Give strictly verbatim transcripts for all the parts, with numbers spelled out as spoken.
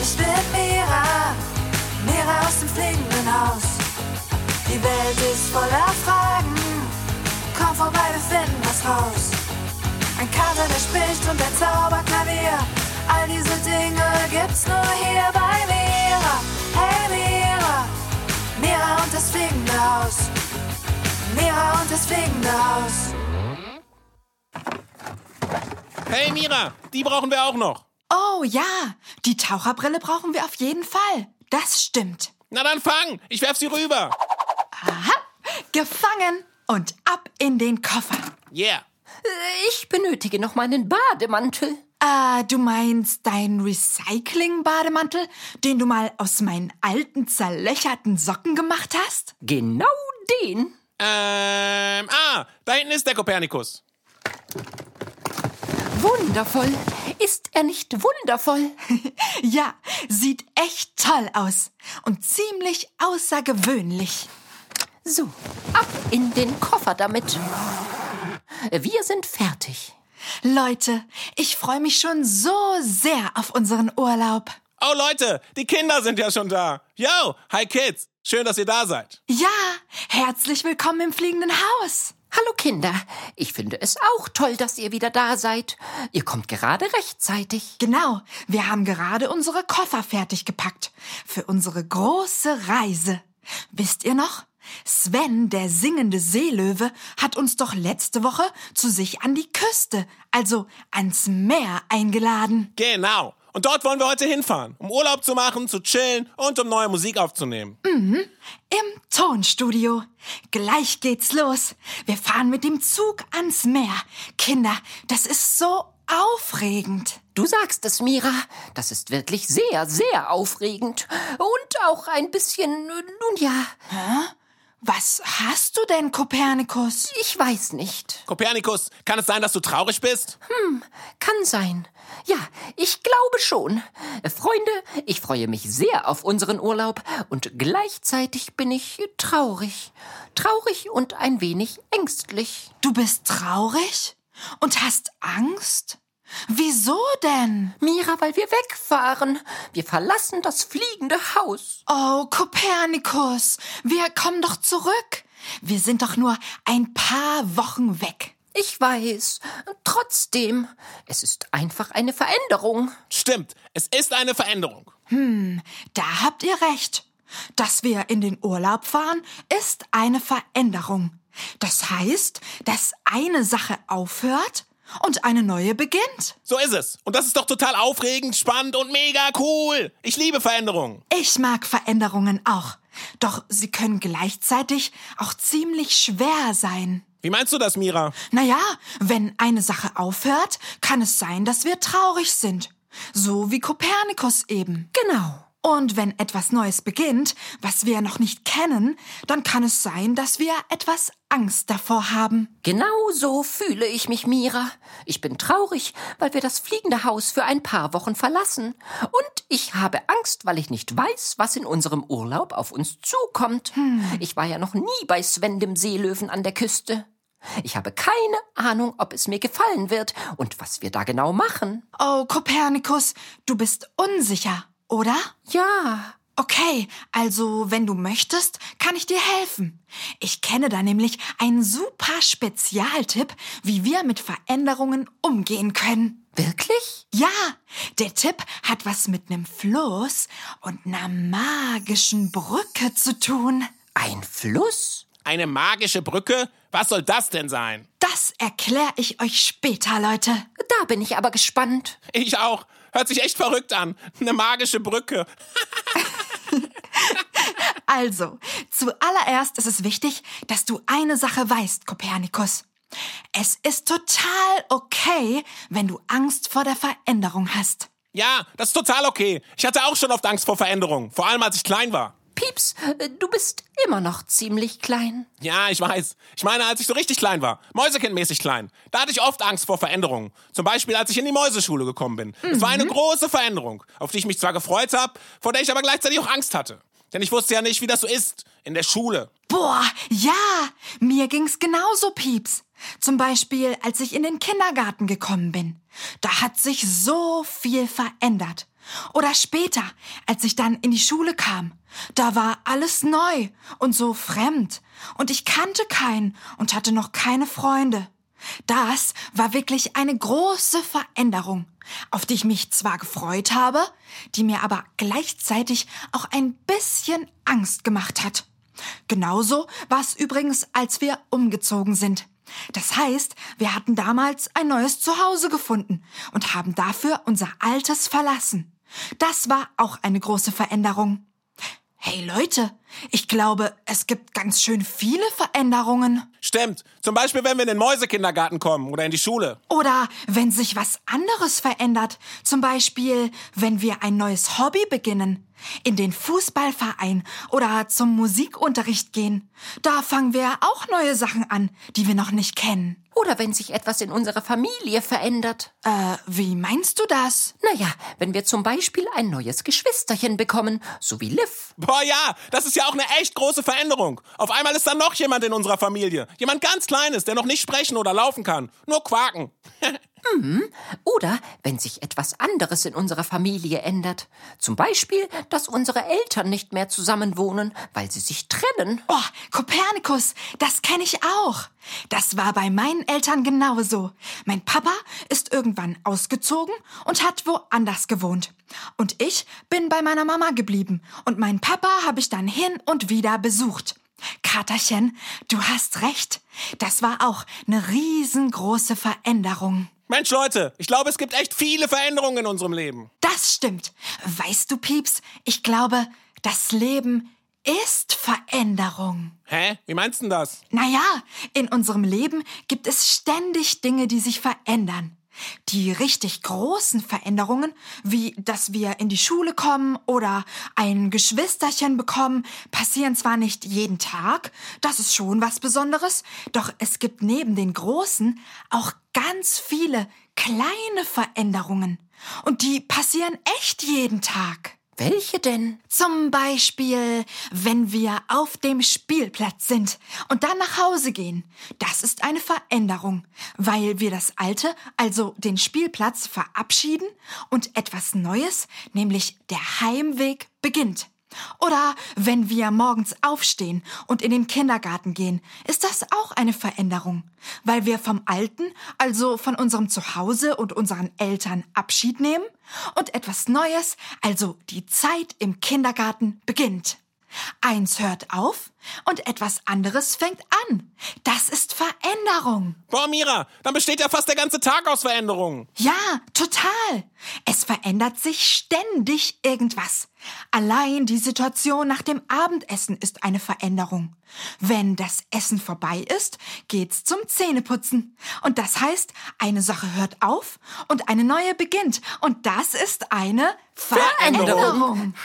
Ich bin Mira, Mira aus dem fliegenden Haus. Die Welt ist voller Fragen, komm vorbei, wir finden was raus. Ein Kater, der spricht und der Zauberklavier, all diese Dinge gibt's nur hier bei Mira. Hey Mira, Mira und das fliegende Haus. Mira und das fliegende Haus. Hey Mira, die brauchen wir auch noch. Oh ja, die Taucherbrille brauchen wir auf jeden Fall. Das stimmt. Na dann fang, ich werf sie rüber. Aha, gefangen und ab in den Koffer. Yeah. Ich benötige noch meinen Bademantel. Ah, du meinst deinen Recycling-Bademantel, den du mal aus meinen alten, zerlöcherten Socken gemacht hast? Genau den. Ähm, ah, da hinten ist der Kopernikus. Wundervoll. Ist er nicht wundervoll? Ja, sieht echt toll aus und ziemlich außergewöhnlich. So, ab in den Koffer damit. Wir sind fertig. Leute, ich freue mich schon so sehr auf unseren Urlaub. Oh Leute, die Kinder sind ja schon da. Yo, hi Kids, schön, dass ihr da seid. Ja, herzlich willkommen im fliegenden Haus. Hallo Kinder, ich finde es auch toll, dass ihr wieder da seid. Ihr kommt gerade rechtzeitig. Genau, wir haben gerade unsere Koffer fertig gepackt für unsere große Reise. Wisst ihr noch? Sven, der singende Seelöwe, hat uns doch letzte Woche zu sich an die Küste, also ans Meer eingeladen. Genau. Und dort wollen wir heute hinfahren, um Urlaub zu machen, zu chillen und um neue Musik aufzunehmen. Mhm, im Tonstudio. Gleich geht's los. Wir fahren mit dem Zug ans Meer. Kinder, das ist so aufregend. Du sagst es, Mira. Das ist wirklich sehr, sehr aufregend. Und auch ein bisschen, nun ja. Hä? Was hast du denn, Kopernikus? Ich weiß nicht. Kopernikus, kann es sein, dass du traurig bist? Hm, kann sein. Ja, ich glaube schon. Freunde, ich freue mich sehr auf unseren Urlaub und gleichzeitig bin ich traurig. Traurig und ein wenig ängstlich. Du bist traurig? Und hast Angst? Wieso denn? Mira, weil wir wegfahren. Wir verlassen das fliegende Haus. Oh, Kopernikus, wir kommen doch zurück. Wir sind doch nur ein paar Wochen weg. Ich weiß. Trotzdem, es ist einfach eine Veränderung. Stimmt, es ist eine Veränderung. Hm, da habt ihr recht. Dass wir in den Urlaub fahren, ist eine Veränderung. Das heißt, dass eine Sache aufhört und eine neue beginnt. So ist es. Und das ist doch total aufregend, spannend und mega cool. Ich liebe Veränderungen. Ich mag Veränderungen auch. Doch sie können gleichzeitig auch ziemlich schwer sein. Wie meinst du das, Mira? Naja, wenn eine Sache aufhört, kann es sein, dass wir traurig sind. So wie Kopernikus eben. Genau. Und wenn etwas Neues beginnt, was wir noch nicht kennen, dann kann es sein, dass wir etwas Angst davor haben. Genau so fühle ich mich, Mira. Ich bin traurig, weil wir das fliegende Haus für ein paar Wochen verlassen. Und ich habe Angst, weil ich nicht weiß, was in unserem Urlaub auf uns zukommt. Hm. Ich war ja noch nie bei Sven, dem Seelöwen, an der Küste. Ich habe keine Ahnung, ob es mir gefallen wird und was wir da genau machen. Oh, Kopernikus, du bist unsicher, oder? Ja. Okay, also wenn du möchtest, kann ich dir helfen. Ich kenne da nämlich einen super Spezialtipp, wie wir mit Veränderungen umgehen können. Wirklich? Ja, der Tipp hat was mit einem Fluss und einer magischen Brücke zu tun. Ein Fluss? Eine magische Brücke? Was soll das denn sein? Das erkläre ich euch später, Leute. Da bin ich aber gespannt. Ich auch. Hört sich echt verrückt an. Eine magische Brücke. Also, zuallererst ist es wichtig, dass du eine Sache weißt, Kopernikus. Es ist total okay, wenn du Angst vor der Veränderung hast. Ja, das ist total okay. Ich hatte auch schon oft Angst vor Veränderungen. Vor allem, als ich klein war. Pieps, du bist immer noch ziemlich klein. Ja, ich weiß. Ich meine, als ich so richtig klein war, mäusekindmäßig klein, da hatte ich oft Angst vor Veränderungen. Zum Beispiel, als ich in die Mäuseschule gekommen bin. Es mhm. war eine große Veränderung, auf die ich mich zwar gefreut habe, vor der ich aber gleichzeitig auch Angst hatte. Denn ich wusste ja nicht, wie das so ist in der Schule. Boah, ja, mir ging's genauso, Pieps. Zum Beispiel, als ich in den Kindergarten gekommen bin. Da hat sich so viel verändert. Oder später, als ich dann in die Schule kam. Da war alles neu und so fremd. Und ich kannte keinen und hatte noch keine Freunde. Das war wirklich eine große Veränderung, auf die ich mich zwar gefreut habe, die mir aber gleichzeitig auch ein bisschen Angst gemacht hat. Genauso war es übrigens, als wir umgezogen sind. Das heißt, wir hatten damals ein neues Zuhause gefunden und haben dafür unser altes verlassen. Das war auch eine große Veränderung. Hey Leute, ich glaube, es gibt ganz schön viele Veränderungen. Stimmt. Zum Beispiel, wenn wir in den Mäusekindergarten kommen oder in die Schule. Oder wenn sich was anderes verändert. Zum Beispiel, wenn wir ein neues Hobby beginnen. In den Fußballverein oder zum Musikunterricht gehen. Da fangen wir auch neue Sachen an, die wir noch nicht kennen. Oder wenn sich etwas in unserer Familie verändert. Äh, wie meinst du das? Naja, wenn wir zum Beispiel ein neues Geschwisterchen bekommen, so wie Liv. Boah, ja, das ist ja auch eine echt große Veränderung. Auf einmal ist da noch jemand in unserer Familie. Jemand ganz Kleines, der noch nicht sprechen oder laufen kann. Nur quaken. Mhm. Oder wenn sich etwas anderes in unserer Familie ändert. Zum Beispiel, dass unsere Eltern nicht mehr zusammen wohnen, weil sie sich trennen. Oh, Kopernikus, das kenne ich auch. Das war bei meinen Eltern genauso. Mein Papa ist irgendwann ausgezogen und hat woanders gewohnt. Und ich bin bei meiner Mama geblieben. Und meinen Papa habe ich dann hin und wieder besucht. Katerchen, du hast recht. Das war auch eine riesengroße Veränderung. Mensch, Leute, ich glaube, es gibt echt viele Veränderungen in unserem Leben. Das stimmt. Weißt du, Pieps, ich glaube, das Leben ist Veränderung. Hä? Wie meinst du denn das? Naja, in unserem Leben gibt es ständig Dinge, die sich verändern. Die richtig großen Veränderungen, wie dass wir in die Schule kommen oder ein Geschwisterchen bekommen, passieren zwar nicht jeden Tag, das ist schon was Besonderes, doch es gibt neben den großen auch ganz viele kleine Veränderungen. Und die passieren echt jeden Tag. Welche denn? Zum Beispiel, wenn wir auf dem Spielplatz sind und dann nach Hause gehen. Das ist eine Veränderung, weil wir das Alte, also den Spielplatz, verabschieden und etwas Neues, nämlich der Heimweg, beginnt. Oder wenn wir morgens aufstehen und in den Kindergarten gehen, ist das auch eine Veränderung, weil wir vom Alten, also von unserem Zuhause und unseren Eltern Abschied nehmen und etwas Neues, also die Zeit im Kindergarten, beginnt. Eins hört auf und etwas anderes fängt an. Das ist Veränderung. Boah, Mira, dann besteht ja fast der ganze Tag aus Veränderungen. Ja, total. Es verändert sich ständig irgendwas. Allein die Situation nach dem Abendessen ist eine Veränderung. Wenn das Essen vorbei ist, geht's zum Zähneputzen. Und das heißt, eine Sache hört auf und eine neue beginnt. Und das ist eine Veränderung.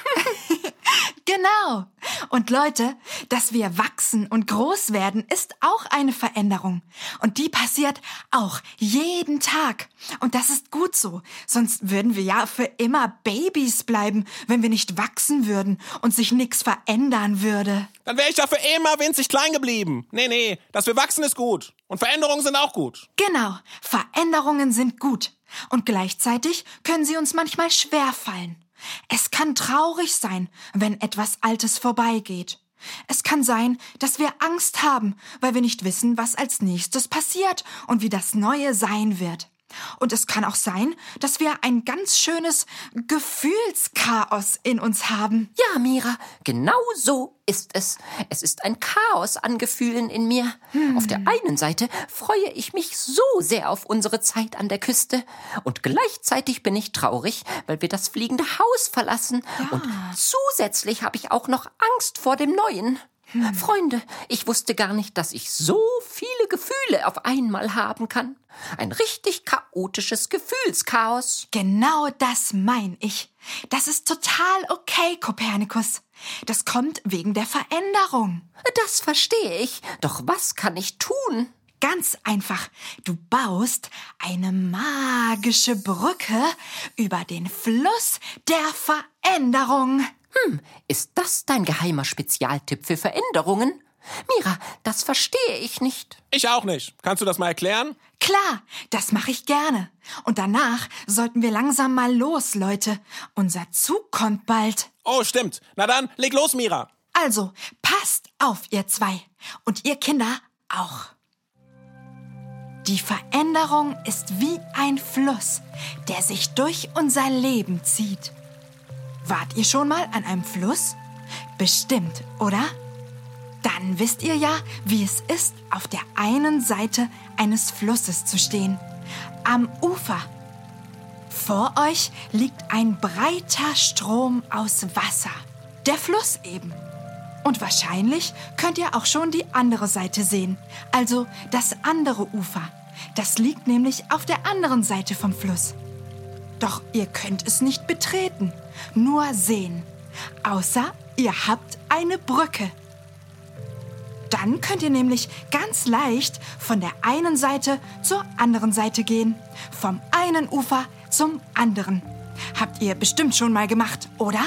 Genau. Und Leute, dass wir wachsen und groß werden, ist auch eine Veränderung. Und die passiert auch jeden Tag. Und das ist gut so. Sonst würden wir ja für immer Babys bleiben, wenn wir nicht wachsen würden und sich nichts verändern würde. Dann wäre ich ja für immer winzig klein geblieben. Nee, nee, dass wir wachsen ist gut. Und Veränderungen sind auch gut. Genau, Veränderungen sind gut. Und gleichzeitig können sie uns manchmal schwerfallen. Es kann traurig sein, wenn etwas Altes vorbeigeht. Es kann sein, dass wir Angst haben, weil wir nicht wissen, was als nächstes passiert und wie das Neue sein wird. Und es kann auch sein, dass wir ein ganz schönes Gefühlschaos in uns haben. Ja, Mira, genau so ist es. Es ist ein Chaos an Gefühlen in mir. Hm. Auf der einen Seite freue ich mich so sehr auf unsere Zeit an der Küste. Und gleichzeitig bin ich traurig, weil wir das fliegende Haus verlassen. Ja. Und zusätzlich habe ich auch noch Angst vor dem Neuen. Hm. Freunde, ich wusste gar nicht, dass ich so viele Gefühle auf einmal haben kann. Ein richtig chaotisches Gefühlschaos. Genau das mein ich. Das ist total okay, Kopernikus. Das kommt wegen der Veränderung. Das verstehe ich. Doch was kann ich tun? Ganz einfach. Du baust eine magische Brücke über den Fluss der Veränderung. Hm, ist das dein geheimer Spezialtipp für Veränderungen? Mira, das verstehe ich nicht. Ich auch nicht. Kannst du das mal erklären? Klar, das mache ich gerne. Und danach sollten wir langsam mal los, Leute. Unser Zug kommt bald. Oh, stimmt. Na dann, leg los, Mira. Also, passt auf, ihr zwei. Und ihr Kinder auch. Die Veränderung ist wie ein Fluss, der sich durch unser Leben zieht. Wart ihr schon mal an einem Fluss? Bestimmt, oder? Dann wisst ihr ja, wie es ist, auf der einen Seite eines Flusses zu stehen. Am Ufer. Vor euch liegt ein breiter Strom aus Wasser. Der Fluss eben. Und wahrscheinlich könnt ihr auch schon die andere Seite sehen. Also das andere Ufer. Das liegt nämlich auf der anderen Seite vom Fluss. Doch ihr könnt es nicht betreten, nur sehen. Außer ihr habt eine Brücke. Dann könnt ihr nämlich ganz leicht von der einen Seite zur anderen Seite gehen. Vom einen Ufer zum anderen. Habt ihr bestimmt schon mal gemacht, oder?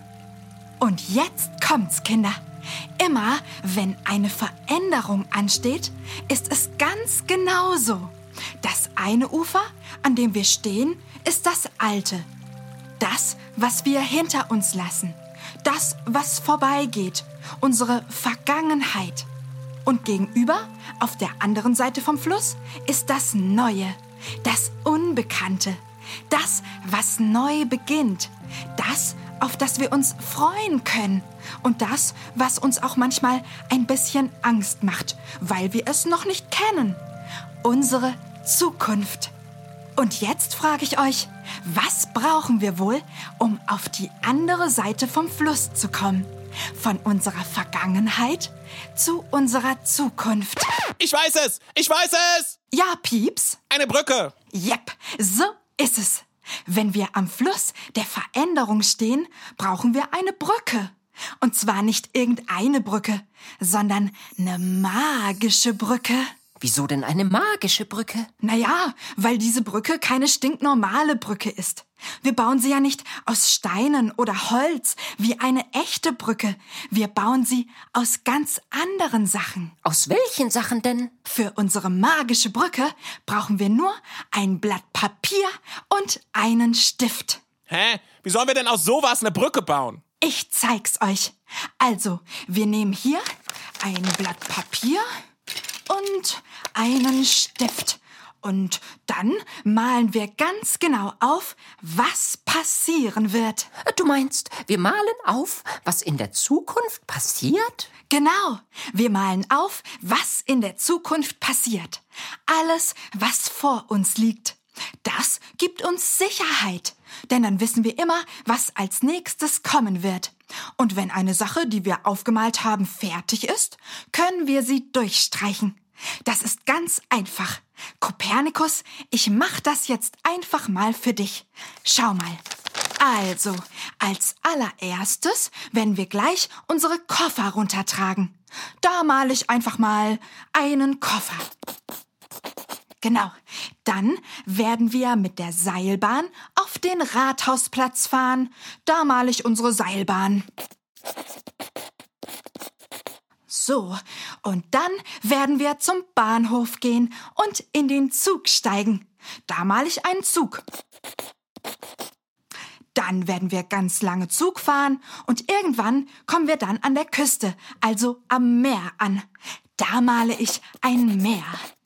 Und jetzt kommt's, Kinder. Immer, wenn eine Veränderung ansteht, ist es ganz genauso. Das eine Ufer, an dem wir stehen, ist das alte. Das, was wir hinter uns lassen. Das, was vorbeigeht. Unsere Vergangenheit. Und gegenüber, auf der anderen Seite vom Fluss, ist das Neue. Das Unbekannte. Das, was neu beginnt. Das, auf das wir uns freuen können. Und das, was uns auch manchmal ein bisschen Angst macht, weil wir es noch nicht kennen. Unsere Zukunft. Und jetzt frage ich euch, was brauchen wir wohl, um auf die andere Seite vom Fluss zu kommen? Von unserer Vergangenheit zu unserer Zukunft. Ich weiß es! Ich weiß es! Ja, Pieps? Eine Brücke! Jep, so ist es. Wenn wir am Fluss der Veränderung stehen, brauchen wir eine Brücke. Und zwar nicht irgendeine Brücke, sondern eine magische Brücke. Wieso denn eine magische Brücke? Naja, weil diese Brücke keine stinknormale Brücke ist. Wir bauen sie ja nicht aus Steinen oder Holz wie eine echte Brücke. Wir bauen sie aus ganz anderen Sachen. Aus welchen Sachen denn? Für unsere magische Brücke brauchen wir nur ein Blatt Papier und einen Stift. Hä? Wie sollen wir denn aus sowas eine Brücke bauen? Ich zeig's euch. Also, wir nehmen hier ein Blatt Papier und einen Stift. Und dann malen wir ganz genau auf, was passieren wird. Du meinst, wir malen auf, was in der Zukunft passiert? Genau, wir malen auf, was in der Zukunft passiert. Alles, was vor uns liegt. Das gibt uns Sicherheit, denn dann wissen wir immer, was als nächstes kommen wird. Und wenn eine Sache, die wir aufgemalt haben, fertig ist, können wir sie durchstreichen. Das ist ganz einfach. Kopernikus, ich mach das jetzt einfach mal für dich. Schau mal. Also, als allererstes werden wir gleich unsere Koffer runtertragen. Da male ich einfach mal einen Koffer. Genau. Dann werden wir mit der Seilbahn auf den Rathausplatz fahren. Da male ich unsere Seilbahn. So, und dann werden wir zum Bahnhof gehen und in den Zug steigen. Da male ich einen Zug. Dann werden wir ganz lange Zug fahren und irgendwann kommen wir dann an der Küste, also am Meer an. Da male ich ein Meer.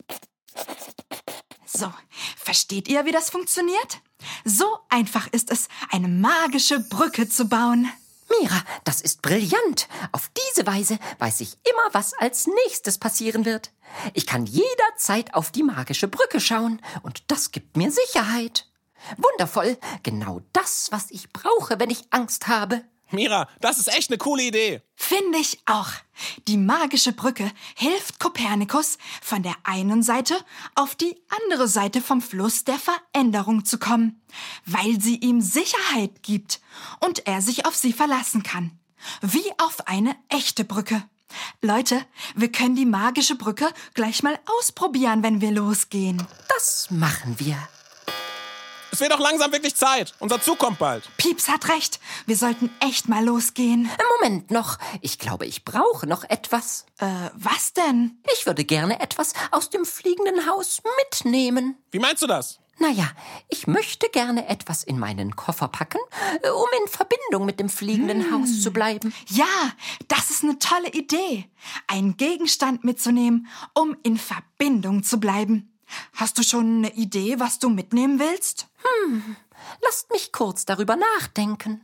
So, versteht ihr, wie das funktioniert? So einfach ist es, eine magische Brücke zu bauen. Mira, das ist brillant. Auf diese Weise weiß ich immer, was als nächstes passieren wird. Ich kann jederzeit auf die magische Brücke schauen und das gibt mir Sicherheit. Wundervoll, genau das, was ich brauche, wenn ich Angst habe. Mira, das ist echt eine coole Idee. Finde ich auch. Die magische Brücke hilft Kopernikus, von der einen Seite auf die andere Seite vom Fluss der Veränderung zu kommen, weil sie ihm Sicherheit gibt und er sich auf sie verlassen kann. Wie auf eine echte Brücke. Leute, wir können die magische Brücke gleich mal ausprobieren, wenn wir losgehen. Das machen wir. Es wird doch langsam wirklich Zeit. Unser Zug kommt bald. Pieps hat recht. Wir sollten echt mal losgehen. Moment noch. Ich glaube, ich brauche noch etwas. Äh, was denn? Ich würde gerne etwas aus dem fliegenden Haus mitnehmen. Wie meinst du das? Naja, ich möchte gerne etwas in meinen Koffer packen, äh, um in Verbindung mit dem fliegenden Haus zu bleiben. Ja, das ist eine tolle Idee. Einen Gegenstand mitzunehmen, um in Verbindung zu bleiben. Hast du schon eine Idee, was du mitnehmen willst? Hm, lasst mich kurz darüber nachdenken.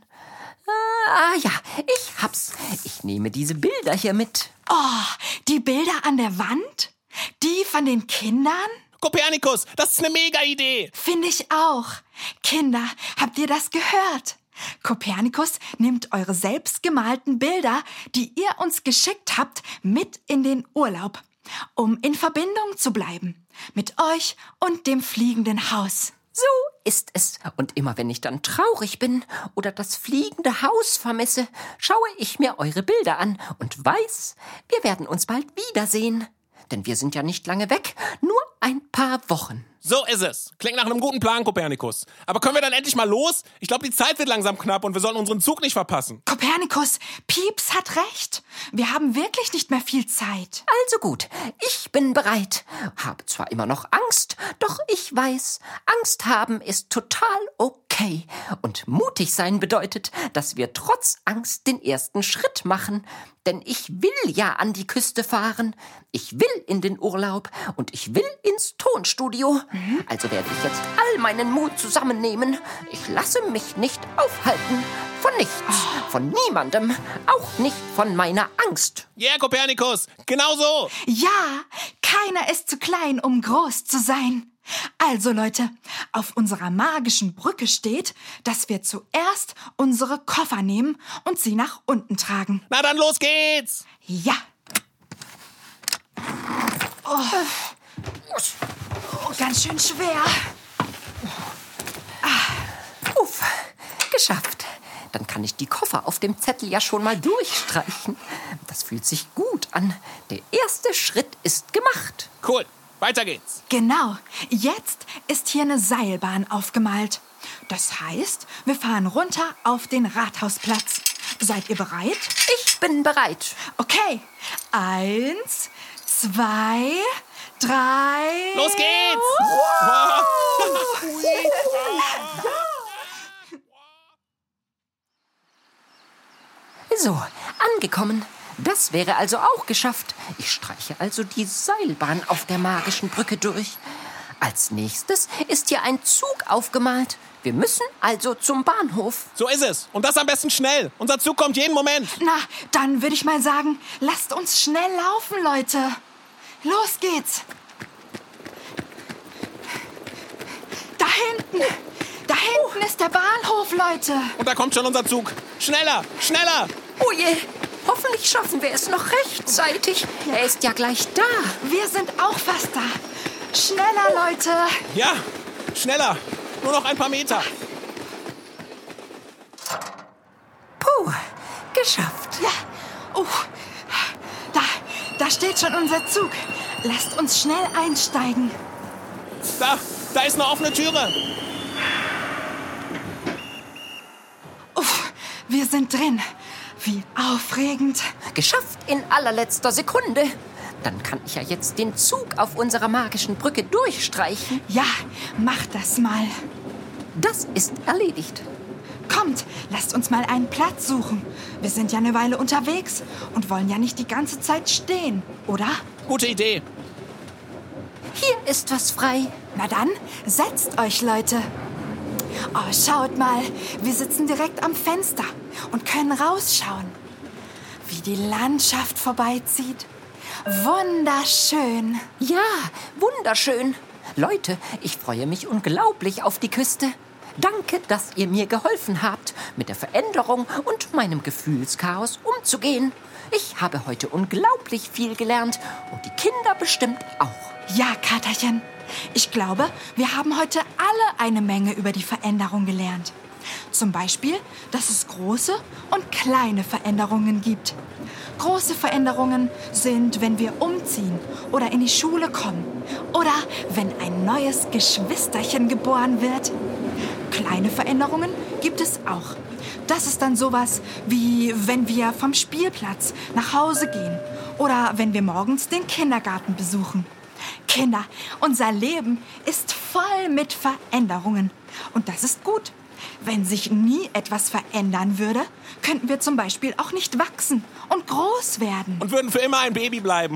Äh, ah ja, ich hab's. Ich nehme diese Bilder hier mit. Oh, die Bilder an der Wand? Die von den Kindern? Kopernikus, das ist eine Mega-Idee. Finde ich auch. Kinder, habt ihr das gehört? Kopernikus nimmt eure selbstgemalten Bilder, die ihr uns geschickt habt, mit in den Urlaub, um in Verbindung zu bleiben. Mit euch und dem fliegenden Haus. So ist es. Und immer wenn ich dann traurig bin oder das fliegende Haus vermisse, schaue ich mir eure Bilder an und weiß, wir werden uns bald wiedersehen. Denn wir sind ja nicht lange weg, nur ein paar Wochen. So ist es. Klingt nach einem guten Plan, Kopernikus. Aber können wir dann endlich mal los? Ich glaube, die Zeit wird langsam knapp und wir sollen unseren Zug nicht verpassen. Kopernikus, Pieps hat recht. Wir haben wirklich nicht mehr viel Zeit. Also gut, ich bin bereit. Habe zwar immer noch Angst, doch ich weiß, Angst haben ist total okay. Und mutig sein bedeutet, dass wir trotz Angst den ersten Schritt machen. Denn ich will ja an die Küste fahren. Ich will in den Urlaub und ich will ins Tonstudio. Mhm. Also werde ich jetzt all meinen Mut zusammennehmen. Ich lasse mich nicht aufhalten. Von nichts, oh. von niemandem, auch nicht von meiner Angst. Ja, yeah, Kopernikus, genau so. Ja, keiner ist zu klein, um groß zu sein. Also Leute, auf unserer magischen Brücke steht, dass wir zuerst unsere Koffer nehmen und sie nach unten tragen. Na dann, los geht's! Ja. Oh, oh ganz schön schwer. Ah. Uff, geschafft. Dann kann ich die Koffer auf dem Zettel ja schon mal durchstreichen. Das fühlt sich gut an. Der erste Schritt ist gemacht. Cool. Weiter geht's. Genau. Jetzt ist hier eine Seilbahn aufgemalt. Das heißt, wir fahren runter auf den Rathausplatz. Seid ihr bereit? Ich bin bereit. Okay. Eins, zwei, drei... Los geht's! Wow. So, angekommen. Das wäre also auch geschafft. Ich streiche also die Seilbahn auf der magischen Brücke durch. Als nächstes ist hier ein Zug aufgemalt. Wir müssen also zum Bahnhof. So ist es. Und das am besten schnell. Unser Zug kommt jeden Moment. Na, dann würde ich mal sagen, lasst uns schnell laufen, Leute. Los geht's. Da hinten. Da hinten uh. ist der Bahnhof, Leute. Und da kommt schon unser Zug. Schneller, schneller. Oh je. Hoffentlich schaffen wir es noch rechtzeitig. Ja. Er ist ja gleich da. Wir sind auch fast da. Schneller, oh. Leute. Ja, schneller. Nur noch ein paar Meter. Puh, geschafft. Ja. Uh, da, da steht schon unser Zug. Lasst uns schnell einsteigen. Da, da ist eine offene Türe. Uff, wir sind drin. Wie aufregend. Geschafft in allerletzter Sekunde. Dann kann ich ja jetzt den Zug auf unserer magischen Brücke durchstreichen. Ja, mach das mal. Das ist erledigt. Kommt, lasst uns mal einen Platz suchen. Wir sind ja eine Weile unterwegs und wollen ja nicht die ganze Zeit stehen, oder? Gute Idee. Hier ist was frei. Na dann, setzt euch, Leute. Oh, schaut mal, wir sitzen direkt am Fenster und können rausschauen, wie die Landschaft vorbeizieht. Wunderschön. Ja, wunderschön. Leute, ich freue mich unglaublich auf die Küste. Danke, dass ihr mir geholfen habt, mit der Veränderung und meinem Gefühlschaos umzugehen. Ich habe heute unglaublich viel gelernt und die Kinder bestimmt auch. Ja, Katerchen. Ich glaube, wir haben heute alle eine Menge über die Veränderung gelernt. Zum Beispiel, dass es große und kleine Veränderungen gibt. Große Veränderungen sind, wenn wir umziehen oder in die Schule kommen oder wenn ein neues Geschwisterchen geboren wird. kleine Veränderungen gibt es auch. Das ist dann sowas wie, wenn wir vom Spielplatz nach Hause gehen oder wenn wir morgens den Kindergarten besuchen. Kinder, unser Leben ist voll mit Veränderungen. Und das ist gut. Wenn sich nie etwas verändern würde, könnten wir zum Beispiel auch nicht wachsen und groß werden. Und würden für immer ein Baby bleiben.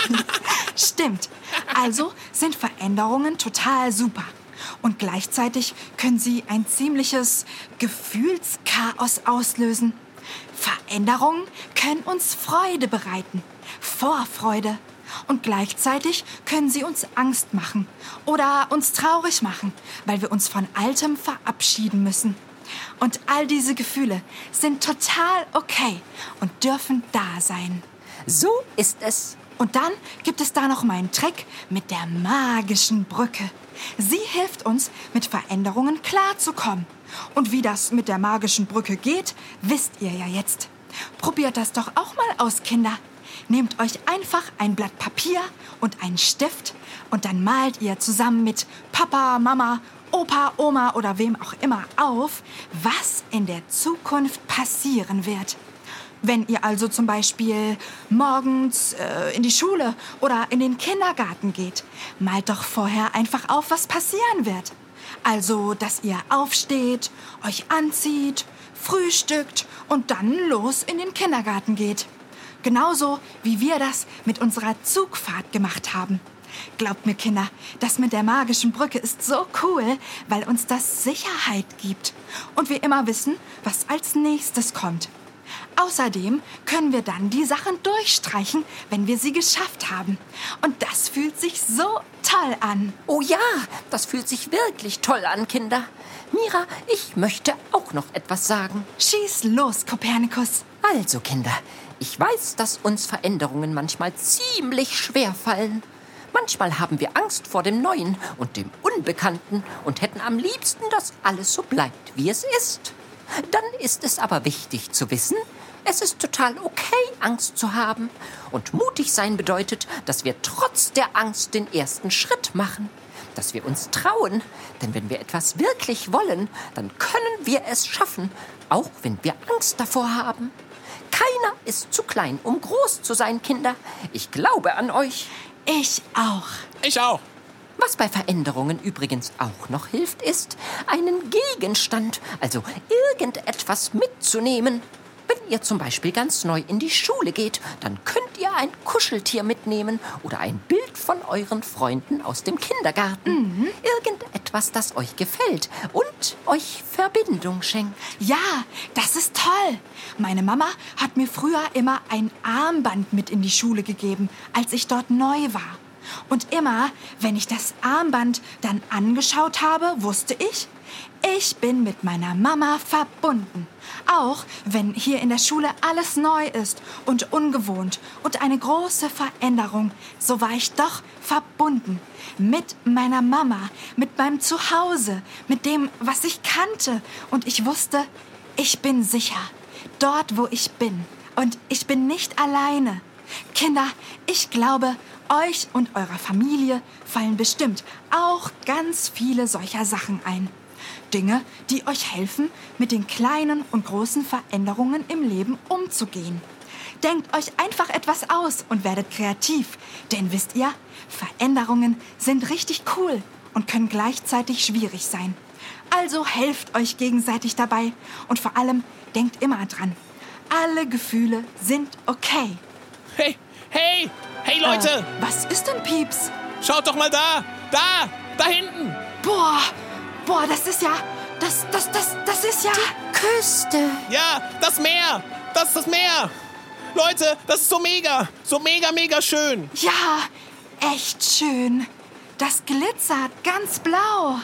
Stimmt. Also sind Veränderungen total super. Und gleichzeitig können sie ein ziemliches Gefühlschaos auslösen. Veränderungen können uns Freude bereiten, Vorfreude. Und gleichzeitig können sie uns Angst machen oder uns traurig machen, weil wir uns von Altem verabschieden müssen. Und all diese Gefühle sind total okay und dürfen da sein. So ist es. Und dann gibt es da noch meinen Trick mit der magischen Brücke. Sie hilft uns, mit Veränderungen klarzukommen. Und wie das mit der magischen Brücke geht, wisst ihr ja jetzt. Probiert das doch auch mal aus, Kinder. Nehmt euch einfach ein Blatt Papier und einen Stift und dann malt ihr zusammen mit Papa, Mama, Opa, Oma oder wem auch immer auf, was in der Zukunft passieren wird. Wenn ihr also zum Beispiel morgens äh, in die Schule oder in den Kindergarten geht, malt doch vorher einfach auf, was passieren wird. Also, dass ihr aufsteht, euch anzieht, frühstückt und dann los in den Kindergarten geht. Genauso wie wir das mit unserer Zugfahrt gemacht haben. Glaubt mir, Kinder, das mit der magischen Brücke ist so cool, weil uns das Sicherheit gibt. Und wir immer wissen, was als nächstes kommt. Außerdem können wir dann die Sachen durchstreichen, wenn wir sie geschafft haben. Und das fühlt sich so toll an. Oh ja, das fühlt sich wirklich toll an, Kinder. Mira, ich möchte auch noch etwas sagen. Schieß los, Kopernikus. Also, Kinder, ich weiß, dass uns Veränderungen manchmal ziemlich schwer fallen. Manchmal haben wir Angst vor dem Neuen und dem Unbekannten und hätten am liebsten, dass alles so bleibt, wie es ist. Dann ist es aber wichtig zu wissen, es ist total okay, Angst zu haben. Und mutig sein bedeutet, dass wir trotz der Angst den ersten Schritt machen. Dass wir uns trauen. Denn wenn wir etwas wirklich wollen, dann können wir es schaffen, auch wenn wir Angst davor haben. Keiner ist zu klein, um groß zu sein, Kinder. Ich glaube an euch. Ich auch. Ich auch. Was bei Veränderungen übrigens auch noch hilft, ist, einen Gegenstand, also irgendetwas mitzunehmen. Wenn ihr zum Beispiel ganz neu in die Schule geht, dann könnt ihr ein Kuscheltier mitnehmen oder ein Bild von euren Freunden aus dem Kindergarten. Mhm. Irgendetwas, das euch gefällt und euch Verbindung schenkt. Ja, das ist toll. Meine Mama hat mir früher immer ein Armband mit in die Schule gegeben, als ich dort neu war. Und immer, wenn ich das Armband dann angeschaut habe, wusste ich, ich bin mit meiner Mama verbunden. Auch wenn hier in der Schule alles neu ist und ungewohnt und eine große Veränderung, so war ich doch verbunden. Mit meiner Mama, mit meinem Zuhause, mit dem, was ich kannte. Und ich wusste, ich bin sicher, dort, wo ich bin. Und ich bin nicht alleine. Kinder, ich glaube, euch und eurer Familie fallen bestimmt auch ganz viele solcher Sachen ein. Dinge, die euch helfen, mit den kleinen und großen Veränderungen im Leben umzugehen. Denkt euch einfach etwas aus und werdet kreativ. Denn wisst ihr, Veränderungen sind richtig cool und können gleichzeitig schwierig sein. Also helft euch gegenseitig dabei und vor allem denkt immer dran, alle Gefühle sind okay. Hey, hey, hey Leute! Äh, was ist denn, Pieps? Schaut doch mal da! Da! Da hinten! Boah, boah, das ist ja, das, das, das, das ist ja... Küste. Ja, das Meer! Das ist das Meer! Leute, das ist so mega! So mega, mega schön! Ja, echt schön. Das glitzert ganz blau.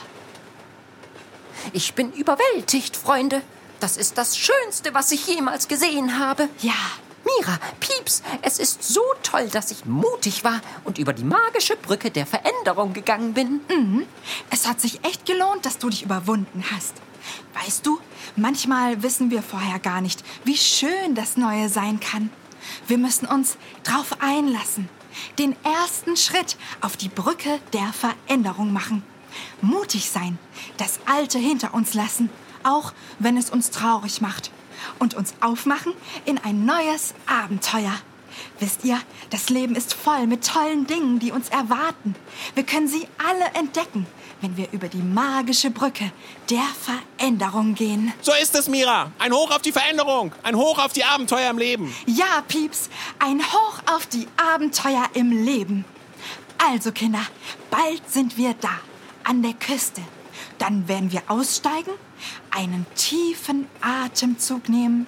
Ich bin überwältigt, Freunde. Das ist das Schönste, was ich jemals gesehen habe. Ja. Mira, Pieps, es ist so toll, dass ich mutig war und über die magische Brücke der Veränderung gegangen bin. Mhm. Es hat sich echt gelohnt, dass du dich überwunden hast. Weißt du, manchmal wissen wir vorher gar nicht, wie schön das Neue sein kann. Wir müssen uns drauf einlassen, den ersten Schritt auf die Brücke der Veränderung machen. Mutig sein, das Alte hinter uns lassen, auch wenn es uns traurig macht. Und uns aufmachen in ein neues Abenteuer. Wisst ihr, das Leben ist voll mit tollen Dingen, die uns erwarten. Wir können sie alle entdecken, wenn wir über die magische Brücke der Veränderung gehen. So ist es, Mira. Ein Hoch auf die Veränderung. Ein Hoch auf die Abenteuer im Leben. Ja, Pieps, ein Hoch auf die Abenteuer im Leben. Also, Kinder, bald sind wir da, an der Küste. Dann werden wir aussteigen, einen tiefen Atemzug nehmen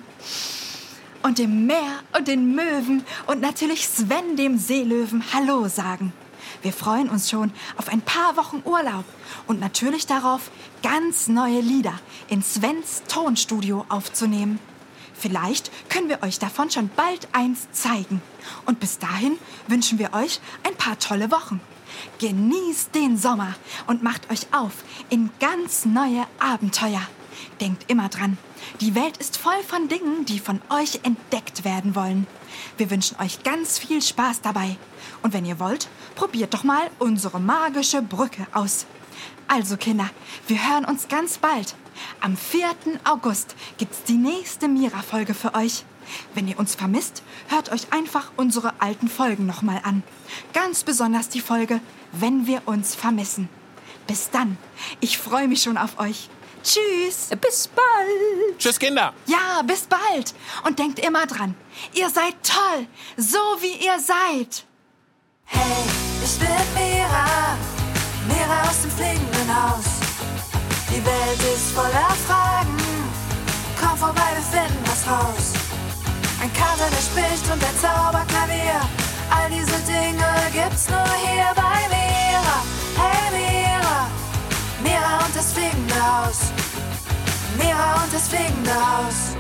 und dem Meer und den Möwen und natürlich Sven, dem Seelöwen, Hallo sagen. Wir freuen uns schon auf ein paar Wochen Urlaub und natürlich darauf, ganz neue Lieder in Svens Tonstudio aufzunehmen. Vielleicht können wir euch davon schon bald eins zeigen. Und bis dahin wünschen wir euch ein paar tolle Wochen. Genießt den Sommer und macht euch auf in ganz neue Abenteuer. Denkt immer dran, die Welt ist voll von Dingen, die von euch entdeckt werden wollen. Wir wünschen euch ganz viel Spaß dabei. Und wenn ihr wollt, probiert doch mal unsere magische Brücke aus. Also Kinder, wir hören uns ganz bald. Am vierten August gibt's die nächste Mira-Folge für euch. Wenn ihr uns vermisst, hört euch einfach unsere alten Folgen nochmal an. Ganz besonders die Folge, wenn wir uns vermissen. Bis dann. Ich freue mich schon auf euch. Tschüss. Bis bald. Tschüss, Kinder. Ja, bis bald. Und denkt immer dran, ihr seid toll, so wie ihr seid. Hey, ich bin Mira, Mira aus dem fliegenden Haus. Die Welt ist voller Fragen, komm vorbei, wir finden was raus. Ein Kater, der spricht und der Zauberklavier, all diese Dinge gibt's nur hier bei Mira. Hey Mira, Mira und das fliegende Haus, Mira und das fliegende Haus.